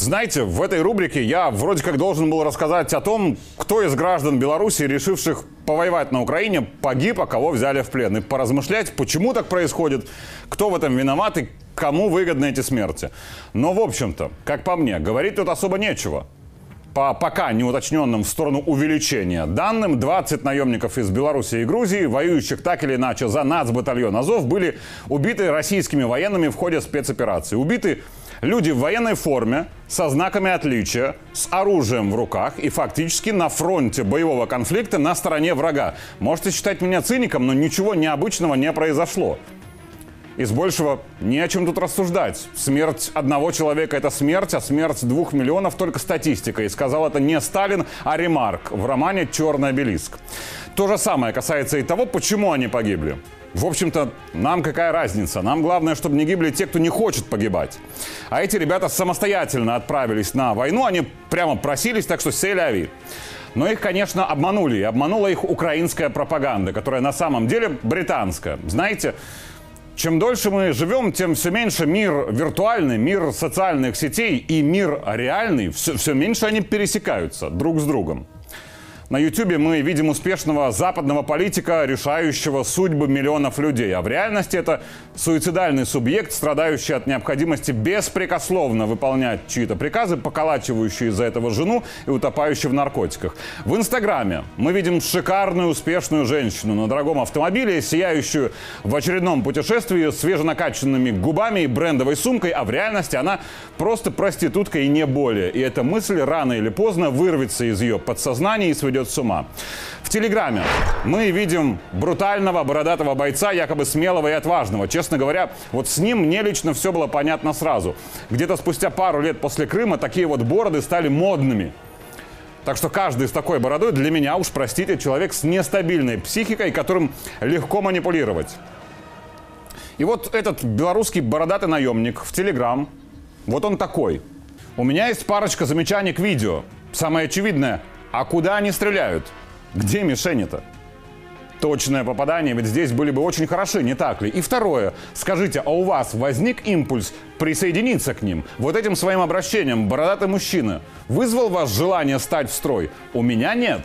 Знаете, в этой рубрике я вроде как должен был рассказать о том, кто из граждан Беларуси, решивших повоевать на Украине, погиб, а кого взяли в плен. И поразмышлять, почему так происходит, кто в этом виноват и кому выгодны эти смерти. Но, в общем-то, как по мне, говорить тут особо нечего. По пока не уточненным в сторону увеличения данным, 20 наемников из Беларуси и Грузии, воюющих так или иначе за нацбатальон Азов, были убиты российскими военными в ходе спецоперации. Убиты люди в военной форме, со знаками отличия, с оружием в руках и фактически на фронте боевого конфликта на стороне врага. Можете считать меня циником, но ничего необычного не произошло. Из большего не о чем тут рассуждать. Смерть одного человека – это смерть, а смерть 2 миллионов – только статистика. И сказал это не Сталин, а Ремарк в романе «Черный обелиск». То же самое касается и того, почему они погибли. В общем-то, нам какая разница? Нам главное, чтобы не гибли те, кто не хочет погибать. А эти ребята самостоятельно отправились на войну, они прямо просились, так что сей-ля-ви. Но их, конечно, обманули. И обманула их украинская пропаганда, которая на самом деле британская. Знаете, чем дольше мы живем, тем все меньше мир виртуальный, мир социальных сетей и мир реальный, все меньше они пересекаются друг с другом. На Ютубе мы видим успешного западного политика, решающего судьбы миллионов людей. А в реальности это суицидальный субъект, страдающий от необходимости беспрекословно выполнять чьи-то приказы, поколачивающий из-за этого жену и утопающий в наркотиках. В Инстаграме мы видим шикарную, успешную женщину на дорогом автомобиле, сияющую в очередном путешествии свеженакачанными губами и брендовой сумкой, а в реальности она просто проститутка и не более. И эта мысль рано или поздно вырвется из ее подсознания и сведет с ума. В Телеграме мы видим брутального бородатого бойца, якобы смелого и отважного. Честно говоря, вот с ним мне лично все было понятно сразу. Где-то спустя пару лет после Крыма такие вот бороды стали модными. Так что каждый с такой бородой для меня, уж простите, человек с нестабильной психикой, которым легко манипулировать. И вот этот белорусский бородатый наемник в Телеграм, вот он такой. У меня есть парочка замечаний к видео. Самое очевидное – а куда они стреляют? Где мишени-то? Точное попадание, ведь здесь были бы очень хороши, не так ли? И второе. Скажите, а у вас возник импульс присоединиться к ним? Вот этим своим обращением бородатый мужчина вызвал вас желание стать в строй? У меня нет.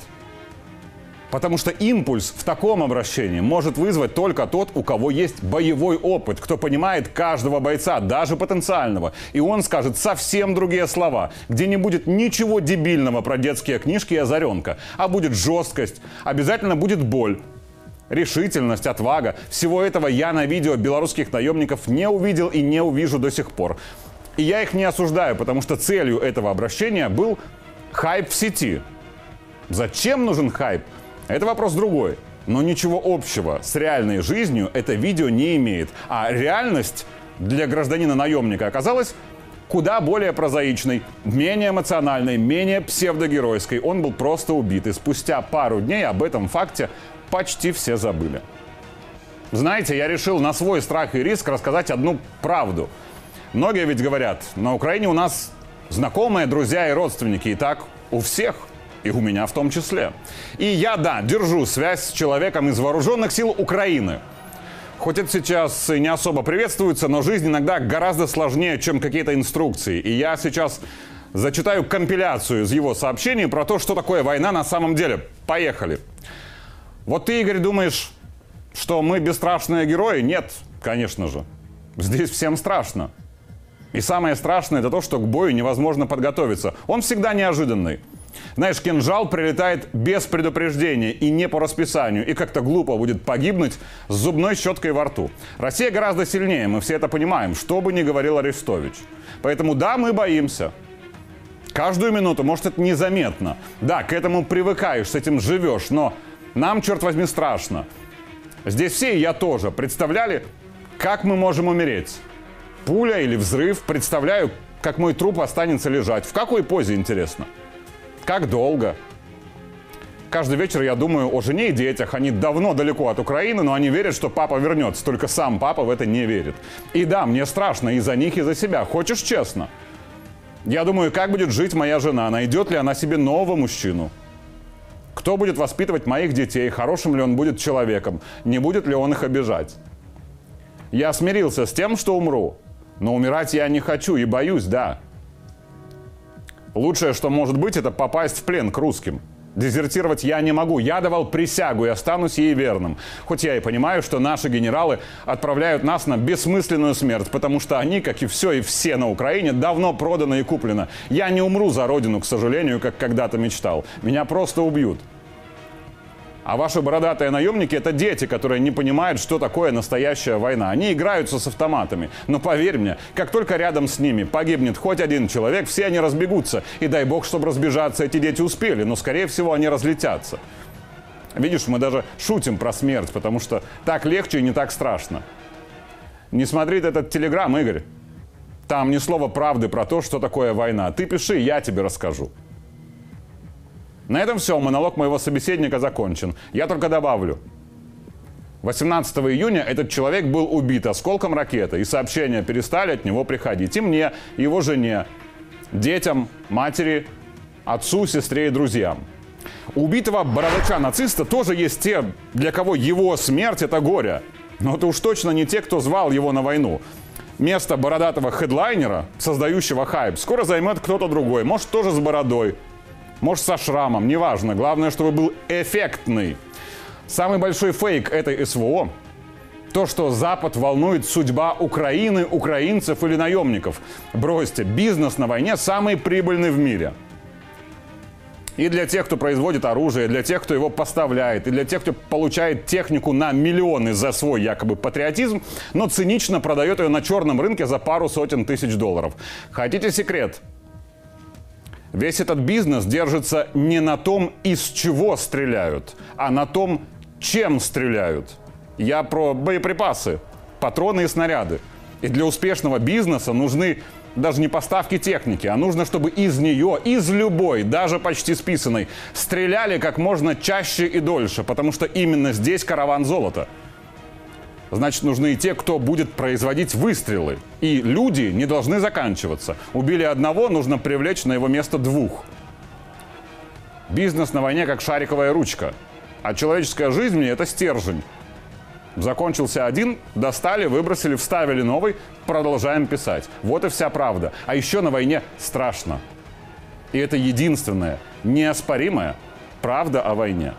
Потому что импульс в таком обращении может вызвать только тот, у кого есть боевой опыт, кто понимает каждого бойца, даже потенциального. И он скажет совсем другие слова, где не будет ничего дебильного про детские книжки и озаренка, а будет жесткость, обязательно будет боль, решительность, отвага. Всего этого я на видео белорусских наемников не увидел и не увижу до сих пор. И я их не осуждаю, потому что целью этого обращения был хайп в сети. Зачем нужен хайп? Это вопрос другой. Но ничего общего с реальной жизнью это видео не имеет. А реальность для гражданина-наемника оказалась куда более прозаичной, менее эмоциональной, менее псевдогеройской. Он был просто убит. И спустя пару дней об этом факте почти все забыли. Знаете, я решил на свой страх и риск рассказать одну правду. Многие ведь говорят, на Украине у нас знакомые, друзья и родственники. И так у всех. И у меня в том числе. И я, да, держу связь с человеком из вооруженных сил Украины. Хоть это сейчас и не особо приветствуется, но жизнь иногда гораздо сложнее, чем какие-то инструкции. И я сейчас зачитаю компиляцию из его сообщений про то, что такое война на самом деле. Поехали. Вот ты, Игорь, думаешь, что мы бесстрашные герои? Нет, конечно же. Здесь всем страшно. И самое страшное – это то, что к бою невозможно подготовиться. Он всегда неожиданный. Знаешь, кинжал прилетает без предупреждения и не по расписанию. И как-то глупо будет погибнуть с зубной щеткой во рту. Россия гораздо сильнее, мы все это понимаем, что бы ни говорил Арестович. Поэтому да, мы боимся. Каждую минуту, может, это незаметно. Да, к этому привыкаешь, с этим живешь, но нам, черт возьми, страшно. Здесь все, и я тоже, представляли, как мы можем умереть? Пуля или взрыв? Представляю, как мой труп останется лежать. В какой позе, интересно? Как долго? Каждый вечер я думаю о жене и детях. Они давно далеко от Украины, но они верят, что папа вернется. Только сам папа в это не верит. И да, мне страшно и за них, и за себя. Хочешь честно? Я думаю, как будет жить моя жена? Найдет ли она себе нового мужчину? Кто будет воспитывать моих детей? Хорошим ли он будет человеком? Не будет ли он их обижать? Я смирился с тем, что умру. Но умирать я не хочу и боюсь, да. Лучшее, что может быть, это попасть в плен к русским. Дезертировать я не могу. Я давал присягу и останусь ей верным. Хоть я и понимаю, что наши генералы отправляют нас на бессмысленную смерть, потому что они, как и все и все на Украине, давно проданы и куплены. Я не умру за родину, к сожалению, как когда-то мечтал. Меня просто убьют. А ваши бородатые наемники – это дети, которые не понимают, что такое настоящая война. Они играются с автоматами. Но поверь мне, как только рядом с ними погибнет хоть один человек, все они разбегутся. И дай бог, чтобы разбежаться эти дети успели, но, скорее всего, они разлетятся. Видишь, мы даже шутим про смерть, потому что так легче и не так страшно. Не смотри этот телеграм, Игорь. Там ни слова правды про то, что такое война. Ты пиши, я тебе расскажу. На этом все, монолог моего собеседника закончен. Я только добавлю. 18 июня этот человек был убит осколком ракеты, и сообщения перестали от него приходить. И мне, и его жене, детям, матери, отцу, сестре и друзьям. У убитого бородача-нациста тоже есть те, для кого его смерть – это горе. Но это уж точно не те, кто звал его на войну. Место бородатого хедлайнера, создающего хайп, скоро займет кто-то другой. Может, тоже с бородой. Может, со шрамом, неважно. Главное, чтобы был эффектный. Самый большой фейк этой СВО – то, что Запад волнует судьба Украины, украинцев или наемников. Бросьте, бизнес на войне самый прибыльный в мире. И для тех, кто производит оружие, и для тех, кто его поставляет, и для тех, кто получает технику на миллионы за свой якобы патриотизм, но цинично продает ее на черном рынке за пару сотен тысяч долларов. Хотите секрет? Весь этот бизнес держится не на том, из чего стреляют, а на том, чем стреляют. Я про боеприпасы, патроны и снаряды. И для успешного бизнеса нужны даже не поставки техники, а нужно, чтобы из нее, из любой, даже почти списанной, стреляли как можно чаще и дольше, потому что именно здесь караван золота. Значит, нужны и те, кто будет производить выстрелы. И люди не должны заканчиваться. Убили одного, нужно привлечь на его место двух. Бизнес на войне как шариковая ручка. А человеческая жизнь – это стержень. Закончился один, достали, выбросили, вставили новый, продолжаем писать. Вот и вся правда. А еще на войне страшно. И это единственная, неоспоримая правда о войне.